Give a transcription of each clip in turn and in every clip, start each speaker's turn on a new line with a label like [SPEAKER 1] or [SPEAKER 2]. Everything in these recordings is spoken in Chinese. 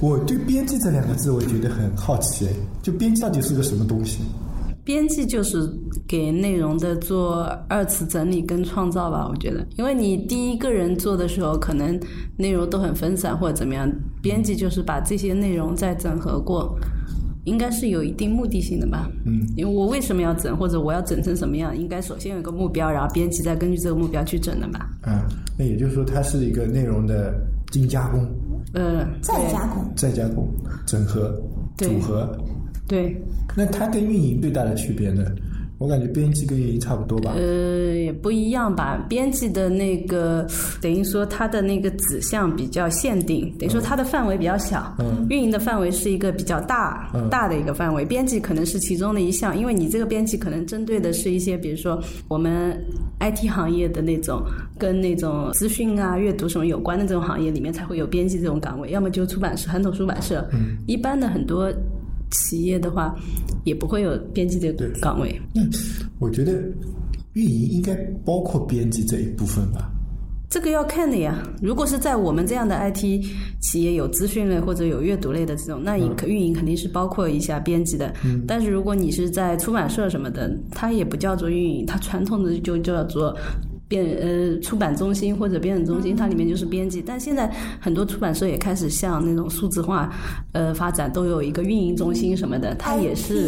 [SPEAKER 1] 我对编辑这两个字我觉得很好奇，就编辑到底是个什么东西？
[SPEAKER 2] 编辑就是给内容的做二次整理跟创造吧，我觉得，因为你第一个人做的时候，可能内容都很分散或者怎么样，编辑就是把这些内容再整合过，应该是有一定目的性的吧。因为我为什么要整，或者我要整成什么样，应该首先有一个目标，然后编辑再根据这个目标去整的吧。
[SPEAKER 1] 那也就是说，它是一个内容的精加工，再加工，整合，组合。
[SPEAKER 2] 对，
[SPEAKER 1] 那它跟运营最大的区别呢？我感觉编辑跟运营差不多吧。
[SPEAKER 2] 也不一样吧。编辑的那个等于说它的那个指向比较限定，等于说它的范围比较小。运营的范围是一个比较大的一个范围，编辑可能是其中的一项，因为你这个编辑可能针对的是一些比如说我们 IT 行业的那种跟那种资讯啊阅读什么有关的这种行业里面才会有编辑这种岗位，要么就出版社传统出版社。一般的很多企业的话也不会有编辑的岗位。
[SPEAKER 1] 我觉得运营应该包括编辑这一部分吧。
[SPEAKER 2] 这个要看的呀，如果是在我们这样的 IT 企业有资讯类或者有阅读类的这种，那运营肯定是包括一下编辑的。但是如果你是在出版社什么的，它也不叫做运营，它传统的就叫做出版中心或者编审中心，它里面就是编辑。但现在很多出版社也开始向那种数字化发展，都有一个运营中心什么的，它也是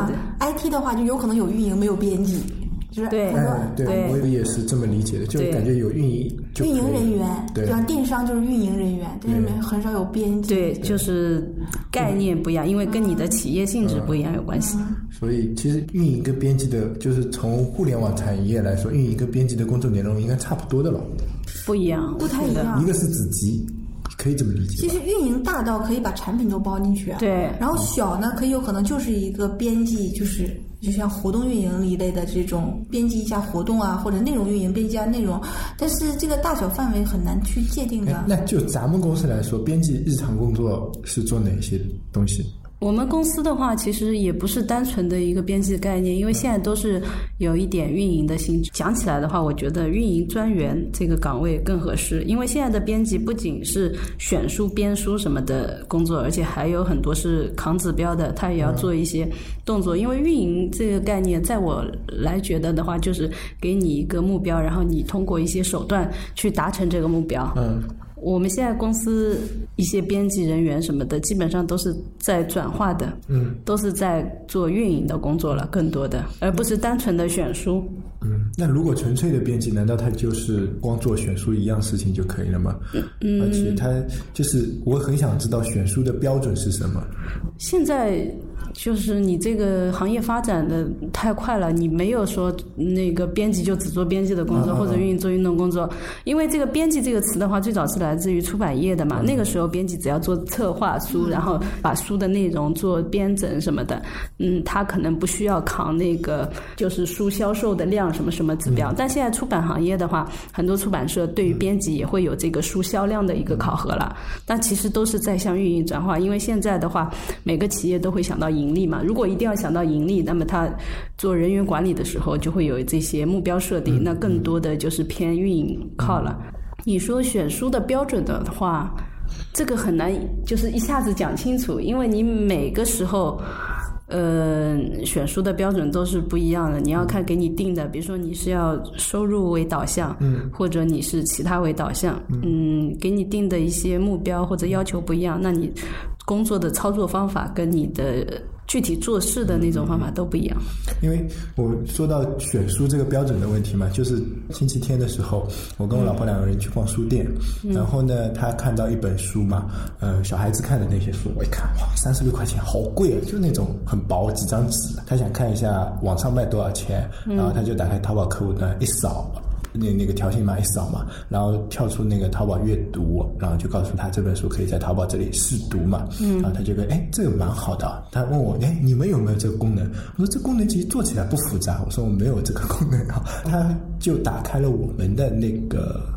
[SPEAKER 3] IT 的话就有可能有运营没有编辑，就是
[SPEAKER 1] 对，我也是这么理解的，就感觉有运营
[SPEAKER 3] 人员，对吧？电商就是运营人员，这里面很少有编辑。
[SPEAKER 2] 对，就是概念不一样，因为跟你的企业性质不一样有关系。
[SPEAKER 1] 所以其实运营跟编辑的，就是从互联网产业来说，运营跟编辑的工作内容应该差不多的了。
[SPEAKER 2] 不一样，
[SPEAKER 3] 不太一样。
[SPEAKER 1] 一个是子集，可以这么理解。
[SPEAKER 3] 其实运营大到可以把产品都包进去，
[SPEAKER 2] 对。
[SPEAKER 3] 然后小呢，可以有可能就是一个编辑，就像活动运营一类的这种编辑一下活动啊，或者内容运营编辑一下内容，但是这个大小范围很难去界定的。
[SPEAKER 1] 那就咱们公司来说，编辑日常工作是做哪些东西？
[SPEAKER 2] 我们公司的话其实也不是单纯的一个编辑的概念，因为现在都是有一点运营的性质。讲起来的话，我觉得运营专员这个岗位更合适，因为现在的编辑不仅是选书编书什么的工作，而且还有很多是扛指标的，他也要做一些动作。因为运营这个概念在我来觉得的话，就是给你一个目标，然后你通过一些手段去达成这个目标。我们现在公司一些编辑人员什么的，基本上都是在转化的，都是在做运营的工作了，更多的，而不是单纯的选书。
[SPEAKER 1] 那如果纯粹的编辑，难道他就是光做选书一样事情就可以了吗？而且他就是我很想知道选书的标准是什么。
[SPEAKER 2] 现在就是你这个行业发展的太快了，你没有说那个编辑就只做编辑的工作，或者运营做运动工作。因为这个编辑这个词的话，最早是来自于出版业的嘛。那个时候编辑只要做策划书，然后把书的内容做编整什么的，他可能不需要扛那个就是书销售的量什么什么指标。但现在出版行业的话，很多出版社对于编辑也会有这个书销量的一个考核了。但其实都是在向运营转化，因为现在的话，每个企业都会想到盈利嘛。如果一定要想到盈利，那么他做人员管理的时候就会有这些目标设定，那更多的就是偏运营靠了。你说选书的标准的话，这个很难就是一下子讲清楚，因为你每个时候选书的标准都是不一样的，你要看给你定的，比如说你是要收入为导向，或者你是其他为导向，给你定的一些目标或者要求不一样，那你工作的操作方法跟你的具体做事的那种方法都不一样。
[SPEAKER 1] 因为我说到选书这个标准的问题嘛，就是星期天的时候，我跟我老婆两个人去逛书店，然后呢，她看到一本书嘛，小孩子看的那些书，我一看，哇，36块钱，好贵啊！就那种很薄几张纸，她想看一下网上卖多少钱，然后她就打开淘宝客户端一扫。那个条形码一扫嘛，然后跳出那个淘宝阅读，然后就告诉他这本书可以在淘宝这里试读嘛，然后他就跟这个蛮好的，他问我你们有没有这个功能？我说这功能其实做起来不复杂，我说我没有这个功能啊，他就打开了我们的那个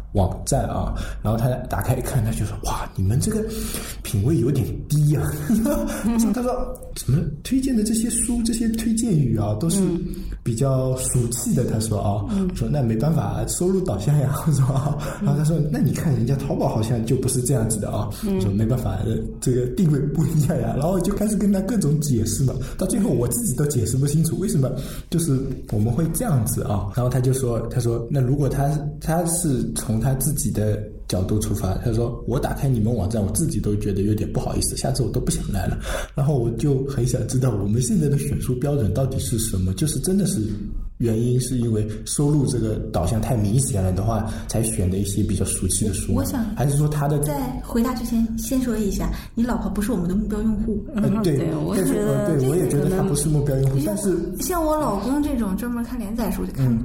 [SPEAKER 1] 网站啊，然后他打开一看，他就说哇，你们这个品味有点低啊。他说什么推荐的这些书这些推荐语啊都是比较俗气的，他说啊，说那没办法，收入导向呀，是吧？然后他说那你看人家淘宝好像就不是这样子的啊，说没办法，这个定位不一样呀。然后就开始跟他各种解释嘛，到最后我自己都解释不清楚为什么就是我们会这样子啊。然后他说那如果他是从他自己的角度出发，他说我打开你们网站我自己都觉得有点不好意思，下次我都不想来了。然后我就很想知道我们现在的选书标准到底是什么，就是真的是原因是因为收入这个导向太明显了的话才选的一些比较俗气的书，
[SPEAKER 3] 我想
[SPEAKER 1] 还是说他的
[SPEAKER 3] 在回答之前先说一下，你老婆不是我们的目标用户。
[SPEAKER 1] 对，
[SPEAKER 2] 我觉得
[SPEAKER 1] 对，我也觉得他不是目标用户，但是
[SPEAKER 3] 像我老公这种专门看连载书就看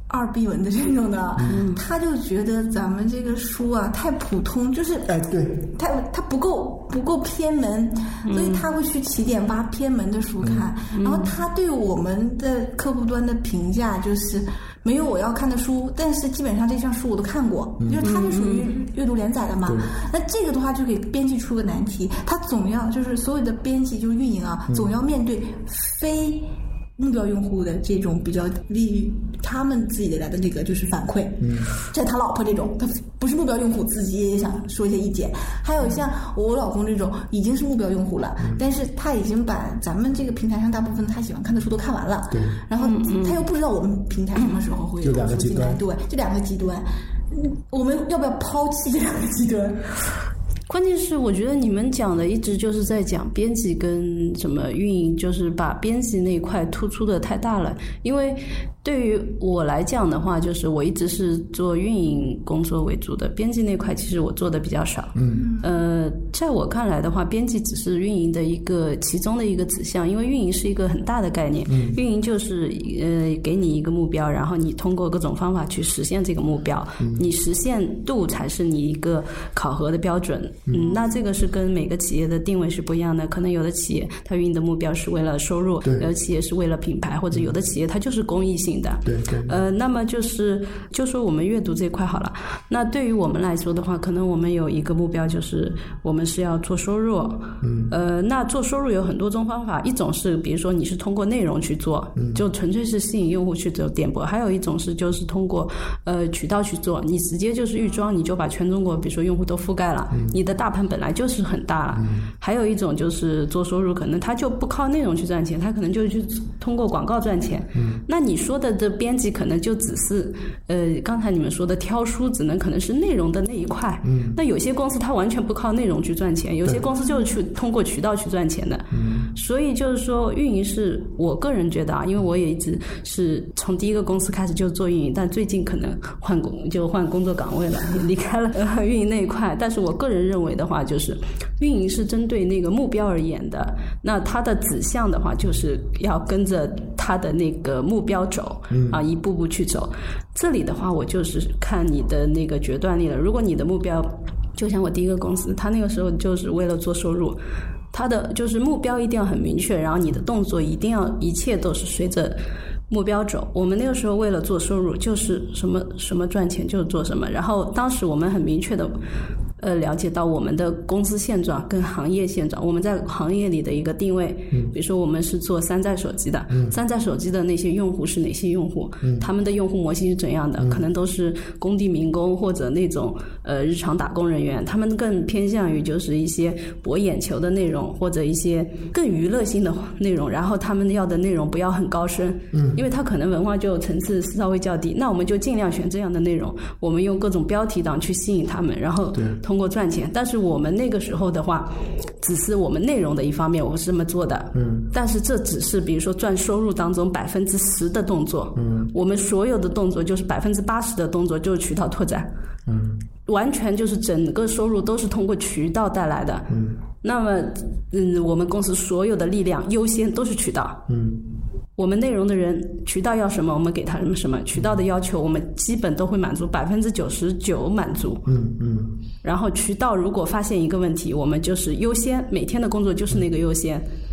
[SPEAKER 3] 2B 文的这种的，他就觉得咱们这个书啊太普通，就是
[SPEAKER 1] 对，
[SPEAKER 3] 他不够偏门，所以他会去起点挖偏门的书看。然后他对我们的客户端的评价就是没有我要看的书，但是基本上这项书我都看过，就是他是属于阅读连载的嘛。那这个的话就给编辑出个难题，他总要就是所有的编辑就是运营啊，总要面对非目标用户的这种比较利于他们自己来的这个就是反馈，像他老婆这种，他不是目标用户，自己也想说一些意见。还有像我老公这种已经是目标用户了，但是他已经把咱们这个平台上大部分他喜欢看的书都看完了，
[SPEAKER 1] 对，
[SPEAKER 3] 然后他又不知道我们平台什么时候会有书进来，对，这两个极端，我们要不要抛弃这两个极端？
[SPEAKER 2] 关键是我觉得你们讲的一直就是在讲编辑跟什么运营，就是把编辑那一块突出的太大了。因为对于我来讲的话，就是我一直是做运营工作为主的，编辑那块其实我做的比较少。在我看来的话，编辑只是运营的其中的一个指向，因为运营是一个很大的概念。运营就是给你一个目标，然后你通过各种方法去实现这个目标，你实现度才是你一个考核的标准。那这个是跟每个企业的定位是不一样的，可能有的企业它运营的目标是为了收入，有的企业是为了品牌，或者有的企业它就是公益性的。那么就说我们阅读这块好了。那对于我们来说的话，可能我们有一个目标，就是我们是要做收入。那做收入有很多种方法，一种是比如说你是通过内容去做，就纯粹是吸引用户去做点播；还有一种是就是通过渠道去做，你直接就是预装，你就把全中国比如说用户都覆盖了，你的大盘本来就是很大了。还有一种就是做收入，可能他就不靠内容去赚钱，他可能就去通过广告赚钱。那你说的这编辑可能就只是刚才你们说的挑书，只能可能是内容的那一块。那有些公司他完全不靠内容去赚钱，有些公司就是去通过渠道去赚钱的。所以就是说运营是我个人觉得啊，因为我也一直是从第一个公司开始就做运营，但最近可能换工作岗位了，离开了运营那一块。但是我个人认为的话，就是运营是针对那个目标而言的，那它的指向的话就是要跟着它的那个目标走，一步步去走。这里的话我就是看你的那个决断力了。如果你的目标就像我第一个公司，他那个时候就是为了做收入，他的就是目标一定要很明确，然后你的动作一定要一切都是随着目标走。我们那个时候为了做收入，就是什么赚钱就做什么。然后当时我们很明确的了解到我们的公司现状跟行业现状，我们在行业里的一个定位。比如说我们是做山寨手机的，山寨手机的那些用户是哪些用户，他们的用户模型是怎样的，可能都是工地民工或者那种日常打工人员，他们更偏向于就是一些博眼球的内容，或者一些更娱乐性的内容，然后他们要的内容不要很高深，因为他可能文化就层次稍微较低，那我们就尽量选这样的内容，我们用各种标题党去吸引他们，然后通过赚钱。但是我们那个时候的话，只是我们内容的一方面，我是这么做的。但是这只是比如说赚收入当中10%的动作。我们所有的动作就是80%的动作就是渠道拓展。完全就是整个收入都是通过渠道带来的。那么我们公司所有的力量优先都是渠道。我们内容的人渠道要什么我们给他什么，渠道的要求我们基本都会满足99%满足。然后渠道如果发现一个问题，我们就是优先，每天的工作就是那个优先。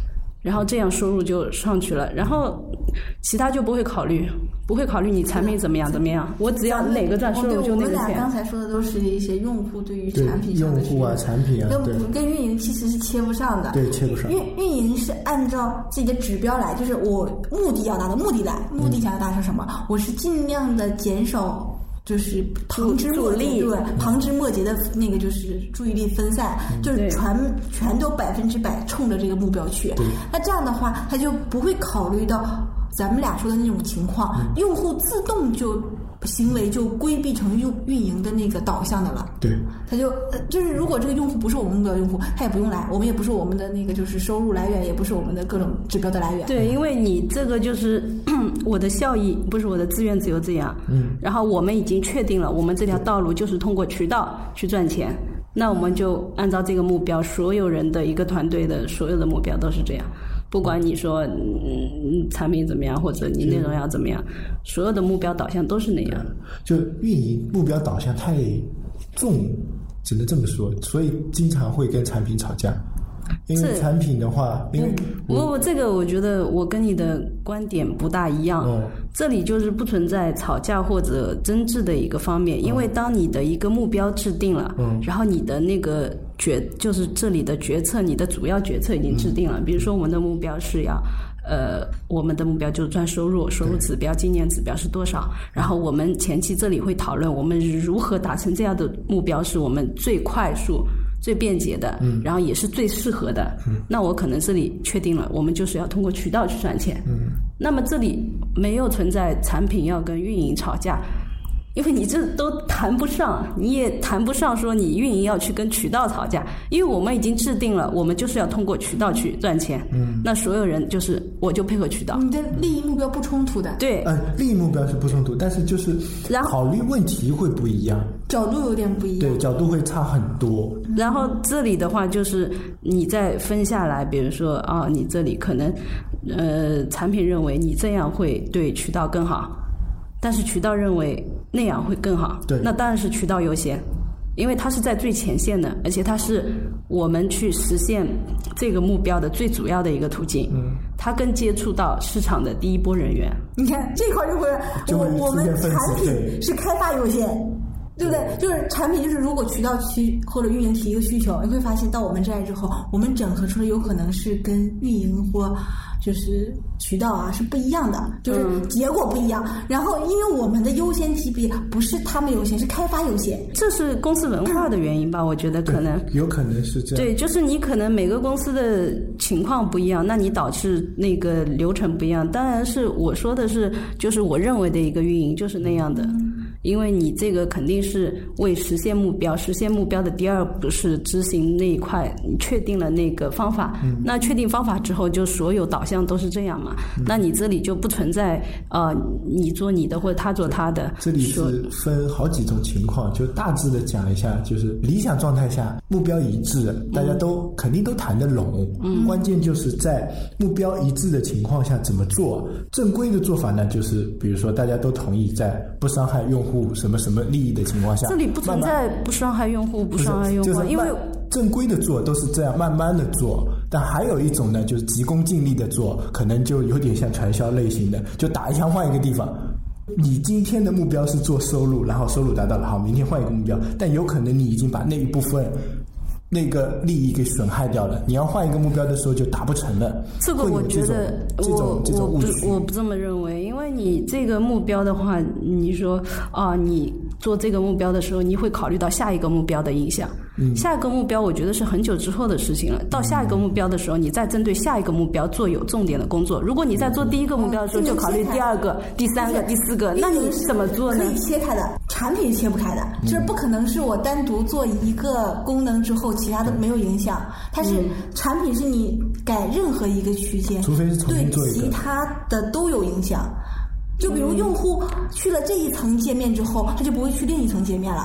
[SPEAKER 2] 然后这样收入就上去了，然后其他就不会考虑你产品怎么样，我只要哪个赚收入就那个钱。
[SPEAKER 3] 我们俩刚才说的都是一些用户对于产品上的
[SPEAKER 1] 用户啊、产品啊，
[SPEAKER 3] 跟运营其实是切不上的。
[SPEAKER 1] 对，切不上。
[SPEAKER 3] 运营是按照自己的指标来，就是我目的要达到目的来，目的想要达成什么，我是尽量的减少。就是旁枝末节，对，旁枝末节的那个就是注意力分散，就是全都100%冲着这个目标去。那这样的话，他就不会考虑到咱们俩说的那种情况，用户自动就行为就规避成运营的那个导向的了。
[SPEAKER 1] 对，
[SPEAKER 3] 他就是如果这个用户不是我们目标用户，他也不用来，我们也不是我们的那个就是收入来源，也不是我们的各种指标的来源。
[SPEAKER 2] 对，因为你这个就是我的效益不是我的资源只有这样，然后我们已经确定了我们这条道路就是通过渠道去赚钱，那我们就按照这个目标，所有人的一个团队的所有的目标都是这样，不管你说产品怎么样或者你内容要怎么样，所有的目标导向都是那样。
[SPEAKER 1] 就运营目标导向太重，只能这么说，所以经常会跟产品吵架。因为产品的话，因为
[SPEAKER 2] 我这个我觉得我跟你的观点不大一样。这里就是不存在吵架或者争执的一个方面，因为当你的一个目标制定了，然后你的那个就是这里的决策，你的主要决策已经制定了。比如说我们的目标是要我们的目标就是赚收入指标，今年指标是多少，然后我们前期这里会讨论我们如何达成这样的目标是我们最快速最便捷的，然后也是最适合的。那我可能这里确定了，我们就是要通过渠道去赚钱。那么这里没有存在产品要跟运营吵架，因为你这都谈不上，你也谈不上说你运营要去跟渠道吵架，因为我们已经制定了，我们就是要通过渠道去赚钱。那所有人就是我就配合渠道，
[SPEAKER 3] 你的利益目标不冲突的。
[SPEAKER 2] 对，
[SPEAKER 1] 利益目标是不冲突，但是就是考虑问题会不一样，
[SPEAKER 3] 角度有点不一样，
[SPEAKER 1] 对，角度会差很多。
[SPEAKER 2] 然后这里的话就是你再分下来，比如说你这里可能产品认为你这样会对渠道更好，但是渠道认为那样会更好，
[SPEAKER 1] 对，
[SPEAKER 2] 那当然是渠道优先，因为它是在最前线的，而且它是我们去实现这个目标的最主要的一个途径。它更接触到市场的第一波人员。
[SPEAKER 3] 你看这块就会我们产品是开发优先，对不对？就是产品，就是如果渠道或者运营提一个需求，你会发现到我们这儿之后，我们整合出来有可能是跟运营或就是渠道是不一样的，就是结果不一样。然后因为我们的优先级别不是他们优先，是开发优先，
[SPEAKER 2] 这是公司文化的原因吧？我觉得可能
[SPEAKER 1] 有可能是这样。
[SPEAKER 2] 对，就是你可能每个公司的情况不一样，那你导致那个流程不一样。当然是我说的是，就是我认为的一个运营就是那样的。因为你这个肯定是为实现目标的第二步是执行那一块，你确定了那个方法，那确定方法之后就所有导向都是这样嘛，那你这里就不存在你做你的或者他做他的。
[SPEAKER 1] 这里是分好几种情况，就大致的讲一下，就是理想状态下目标一致，大家都肯定都谈得拢，关键就是在目标一致的情况下怎么做。正规的做法呢，就是比如说大家都同意在不伤害用户什么什么利益的情况下，
[SPEAKER 2] 这里不存在不伤害用户不伤害用户，
[SPEAKER 1] 就是
[SPEAKER 2] 因为
[SPEAKER 1] 正规的做都是这样慢慢的做。但还有一种呢，就是急功近利的做，可能就有点像传销类型的，就打一枪换一个地方。你今天的目标是做收入，然后收入达到了，好，明天换一个目标，但有可能你已经把那一部分那个利益给损害掉了，你要换一个目标的时候就达不成了。
[SPEAKER 2] 这个我觉得我不这么认为，因为你这个目标的话，你说你做这个目标的时候，你会考虑到下一个目标的影响。下一个目标我觉得是很久之后的事情了，到下一个目标的时候，你再针对下一个目标做有重点的工作。如果你在做第一个目标的时候就考虑第二个、第三个、第四个，那你怎么做呢？
[SPEAKER 3] 可以切开的，产品切不开的，就是不可能是我单独做一个功能之后其他的没有影响，它是产品是你改任何一个区间，
[SPEAKER 1] 除非是重新做一个，
[SPEAKER 3] 对其他的都有影响。就比如用户去了这一层界面之后，他就不会去另一层界面了。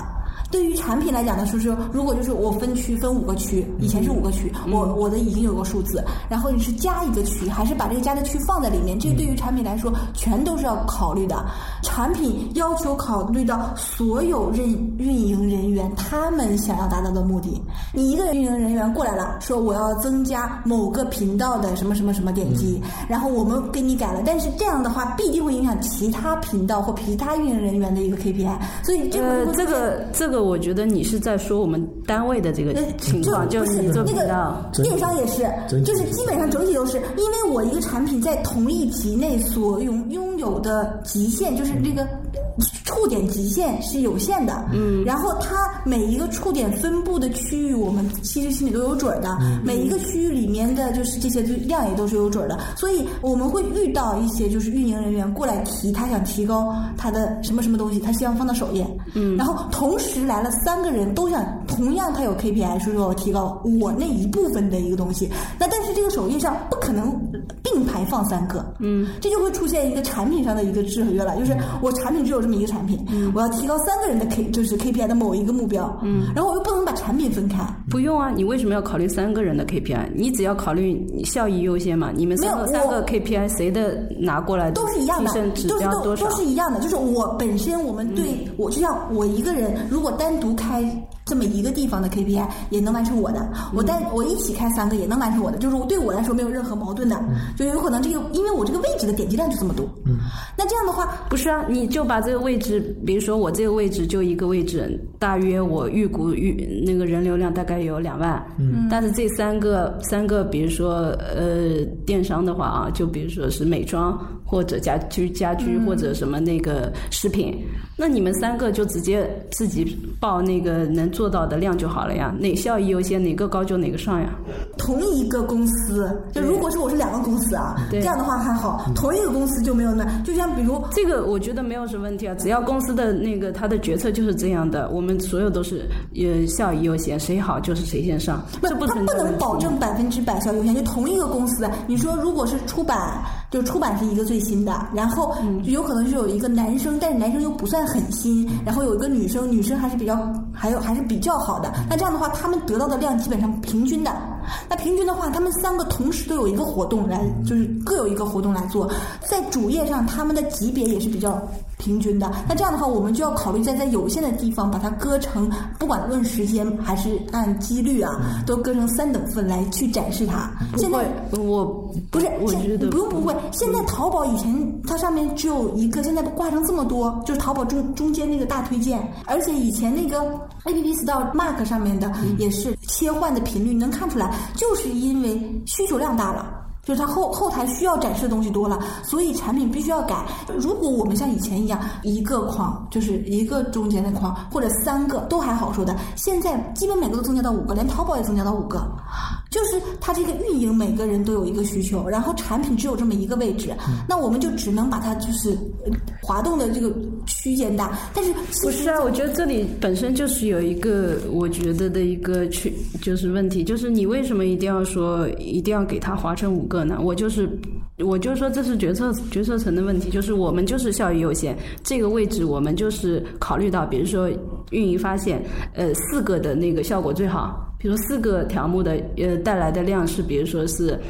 [SPEAKER 3] 对于产品来讲呢，就是如果就是我分区分5个区，以前是5个区，我的已经有个数字，然后你是加一个区，还是把这个加的区放在里面，这个对于产品来说全都是要考虑的。产品要求考虑到所有运营人员他们想要达到的目的。你一个运营人员过来了，说我要增加某个频道的什么什么什么点击，然后我们给你改了，但是这样的话必定会影响其他频道或其他运营人员的一个 KPI， 所以
[SPEAKER 2] 这个我觉得你是在说我们单位的这个情况，就是你做频道，
[SPEAKER 3] 电商也是，就是基本上整体都是，因为我一个产品在同一级内所拥有的极限，就是这个触点极限是有限的，然后它每一个触点分布的区域，我们其实心里都有准的，每一个区域里面的就是这些量也都是有准的，所以我们会遇到一些就是运营人员过来提，他想提高他的什么什么东西，他希望放到首页，然后同时来了3个人都想同样他有 KPI， 说我提高我那一部分的一个东西，那但是这个首页上不可能并排放3个，这就会出现一个产品上的一个制约了，就是我产品只有这么一个产品，我要提高3个人的就是 KPI 的某一个目标，然后我又不能把产品分开。
[SPEAKER 2] 不用啊，你为什么要考虑3个人的 KPI？ 你只要考虑效益优先嘛。你们3个 KPI 谁的拿过来
[SPEAKER 3] 都是一样的，
[SPEAKER 2] 提升指标多少？
[SPEAKER 3] 都是一样的。就是我本身我们对我就像我一个人，如果单独开这么一个地方的 KPI 也能完成我的，我一起开3个也能完成我的，就是对我来说没有任何矛盾的，就有可能这个因为我这个位置的点击量就这么多，那这样的话
[SPEAKER 2] 不是啊，你就把这个位置，比如说我这个位置就一个位置，大约我预估那个人流量大概有2万，但是这三个比如说电商的话啊，就比如说是美妆或者家居或者什么那个食品，那你们3个就直接自己报那个能做到的量就好了呀，哪效益优先哪个高就哪个上呀。
[SPEAKER 3] 同一个公司，就如果是我是2个公司啊，这样的话还好，同一个公司就没有那，就像比如
[SPEAKER 2] 这个我觉得没有什么问题啊，只要公司的那个他的决策就是这样的，我们所有都是效益优先，谁好就是谁先上，这不存在问题。
[SPEAKER 3] 他不能保证100%效益优先，就同一个公司，你说如果是出版，就出版是一个最新的，然后有可能是有一个男生，但是男生又不算很新，然后有一个女生还是比较好的，那这样的话他们得到的量基本上平均的，那平均的话他们3个同时都有一个活动来，就是各有一个活动来做，在主页上他们的级别也是比较平均的，那这样的话我们就要考虑在有限的地方把它割成，不管论时间还是按几率啊，都割成3等份来去展示它。现在
[SPEAKER 2] 我觉得
[SPEAKER 3] 不会，现在淘宝以前它上面只有一个，现在挂成这么多，就是淘宝中间那个大推荐，而且以前那个 App Store Mark 上面的也是切换的频率能看出来，就是因为需求量大了。就是它后台需要展示的东西多了，所以产品必须要改。如果我们像以前一样一个框，就是一个中间的框，或者3个都还好说的，现在基本每个都增加到5个，连淘宝也增加到5个。就是它这个运营每个人都有一个需求，然后产品只有这么一个位置，那我们就只能把它就是滑动的这个区间大。但是
[SPEAKER 2] 不是啊，我觉得这里本身就是有一个我觉得的一个就是问题，就是你为什么一定要给它划成5个呢？我就说这是决策层的问题，就是我们就是效益优先，这个位置我们就是考虑到，比如说运营发现4个的那个效果最好。比如4个条目的带来的量是，比如说是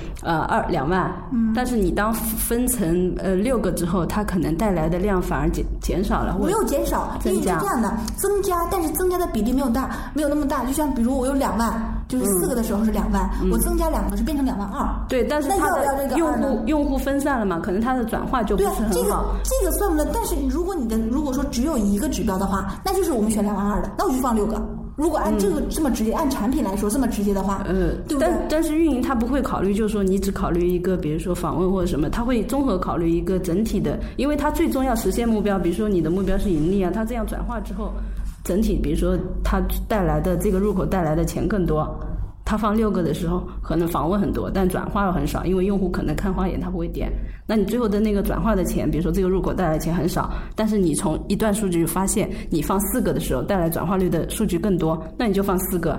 [SPEAKER 2] 2万，但是你当分成6个之后，它可能带来的量反而减少了，
[SPEAKER 3] 没有减少，因为是这样的，增加，但是增加的比例没有那么大。就像比如我有2万，就是4个的时候是2万，我增加2个是变成2万2。
[SPEAKER 2] 对，但是它的用户分散了嘛，可能它的转化就不是很好。
[SPEAKER 3] 这个算不了，但是如果说只有一个指标的话，那就是我们选2万2的，那我就放6个。如果按这个这么直接，按产品来说这么直接的话，对不对？
[SPEAKER 2] 但是运营他不会考虑，就是说你只考虑一个，比如说访问或者什么，他会综合考虑一个整体的，因为他最终要实现目标，比如说你的目标是盈利啊，他这样转化之后，整体比如说他带来的这个入口带来的钱更多。他放6个的时候，可能访问很多，但转化很少，因为用户可能看花眼他不会点。那你最后的那个转化的钱，比如说这个入口带来的钱很少，但是你从一段数据发现，你放4个的时候带来转化率的数据更多，那你就放4个。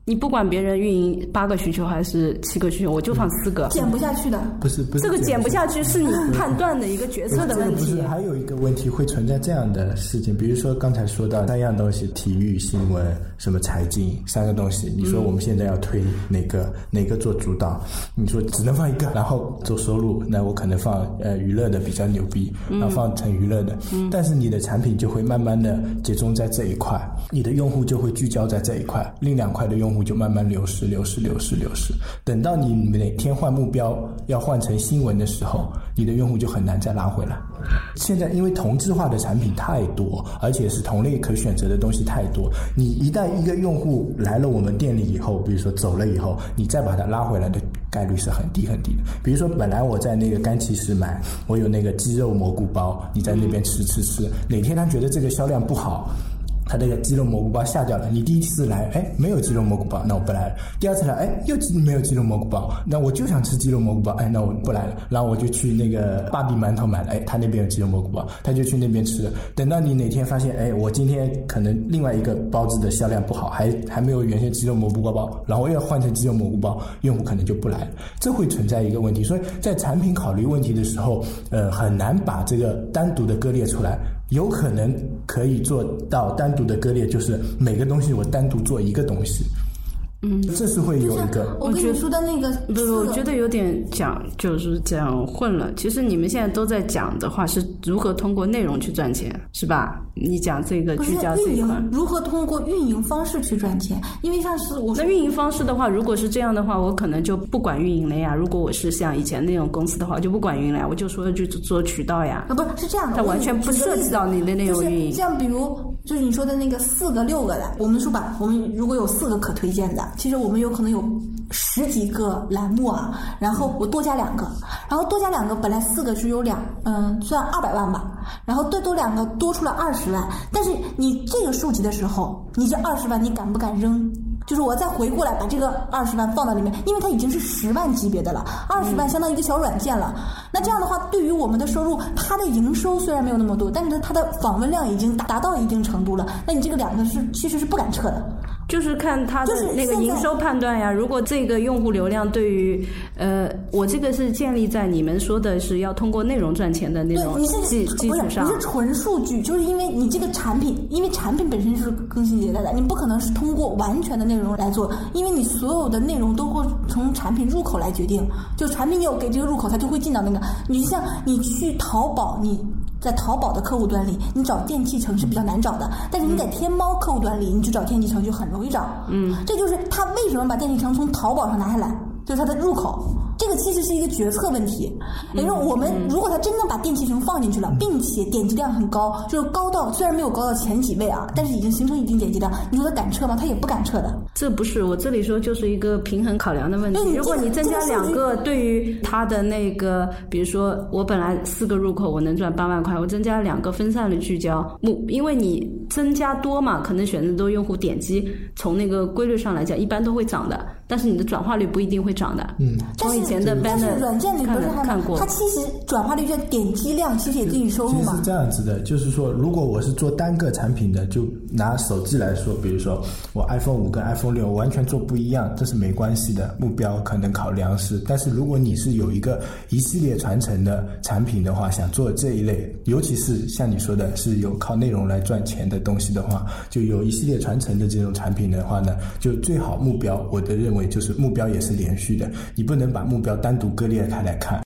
[SPEAKER 2] 你不管别人运营8个需求还是7个需求，我就放4个，
[SPEAKER 3] 减不下去的。
[SPEAKER 1] 不是
[SPEAKER 2] 这个减不下去是你判断的一个决策的问题。
[SPEAKER 1] 还有一个问题会存在这样的事情，比如说刚才说到3样东西，体育、新闻、什么财经3个东西，你说我们现在要推哪个做主导，你说只能放1个，然后做收入，那我可能放娱乐的比较牛逼，然后放成娱乐的，但是你的产品就会慢慢的集中在这一块，你的用户就会聚焦在这一块，另2块的用户就慢慢流失，等到你每天换目标要换成新闻的时候，你的用户就很难再拉回来。现在因为同质化的产品太多，而且是同类可选择的东西太多，你一旦一个用户来了我们店里以后，比如说走了以后，你再把它拉回来的概率是很低的。比如说本来我在那个甘其食买，我有那个鸡肉蘑菇包，你在那边吃，哪天他觉得这个销量不好，他这个鸡肉蘑菇包下掉了，你第一次来没有鸡肉蘑菇包，那我不来了。第2次来又没有鸡肉蘑菇包，那我就想吃鸡肉蘑菇包，那我不来了。然后我就去那个芭比馒头买了，他那边有鸡肉蘑菇包，他就去那边吃了。等到你哪天发现我今天可能另外一个包子的销量不好，还没有原先鸡肉蘑菇包，然后我要换成鸡肉蘑菇包，用户可能就不来了。这会存在一个问题，所以在产品考虑问题的时候很难把这个单独的割裂出来。有可能可以做到单独的割裂，就是每个东西我单独做一个东西。这是会有一个，
[SPEAKER 3] 我跟你说的那个
[SPEAKER 2] 不，我觉得有点就是讲混了。其实你们现在都在讲的话是如何通过内容去赚钱，是吧？你讲这个聚焦这一块，
[SPEAKER 3] 如何通过运营方式去赚钱？因为像是我
[SPEAKER 2] 那运营方式的话，如果是这样的话，我可能就不管运营了呀。如果我是像以前那种公司的话，我就不管运营了呀，我就说去做渠道呀。
[SPEAKER 3] 不是这样的，
[SPEAKER 2] 它完全不涉及到你的内容运营。
[SPEAKER 3] 像比如就是你说的那个4个6个的，我们说吧，我们如果有4个可推荐的，其实我们有可能有10几个栏目啊，然后我多加2个，然后多加2个，本来4个是有算200万吧，然后多2个多出了20万，但是你这个数级的时候，你这20万你敢不敢扔？就是我再回过来把这个20万放到里面，因为它已经是10万级别的了，20万相当于一个小软件了。那这样的话，对于我们的收入，它的营收虽然没有那么多，但是它的访问量已经达到一定程度了。那你这个2个其实是不敢撤的。
[SPEAKER 2] 就是看它的那个营收判断呀。如果这个用户流量对于我这个是建立在你们说的是要通过内容赚钱的那种基础上，
[SPEAKER 3] 你是纯数据，就是因为你这个产品，因为产品本身就是更新迭代的，你不可能是通过完全的内容来做，因为你所有的内容都会从产品入口来决定，就产品有给这个入口，它就会进到那个。你像你去淘宝，你在淘宝的客户端里，你找电器城是比较难找的，但是你在天猫客户端里，你去找电器城就很容易找。这就是他为什么把电器城从淘宝上拿下来，就是它的入口。这个其实是一个决策问题。也就是我们如果他真的把电器城放进去了，并且点击量很高，就是高到虽然没有高到前几位啊，但是已经形成一定点击量，你说他敢撤吗？他也不敢撤的。
[SPEAKER 2] 这不是我这里说，就是一个平衡考量的问题。如果你增加2个，对于他的那个，比如说我本来4个入口我能赚8万块，我增加2个分散的聚焦，因为你增加多嘛，可能选择多用户点击，从那个规律上来讲一般都会涨的，但是你的转化率不一定会涨的。从以前的 banner
[SPEAKER 3] 但是软件里不是
[SPEAKER 2] 看过，
[SPEAKER 3] 它其实转化率叫点击量，其实也低于收入嘛。
[SPEAKER 1] 其实是这样子的，就是说如果我是做单个产品的，就拿手机来说，比如说我 iPhone 5跟 iPhone 6完全做不一样，这是没关系的，目标可能考量是。但是如果你是有一个一系列传承的产品的话，想做这一类，尤其是像你说的是有靠内容来赚钱的东西的话，就有一系列传承的这种产品的话呢，就最好目标，我的认为就是目标也是连续的，你不能把目标单独割裂开来看。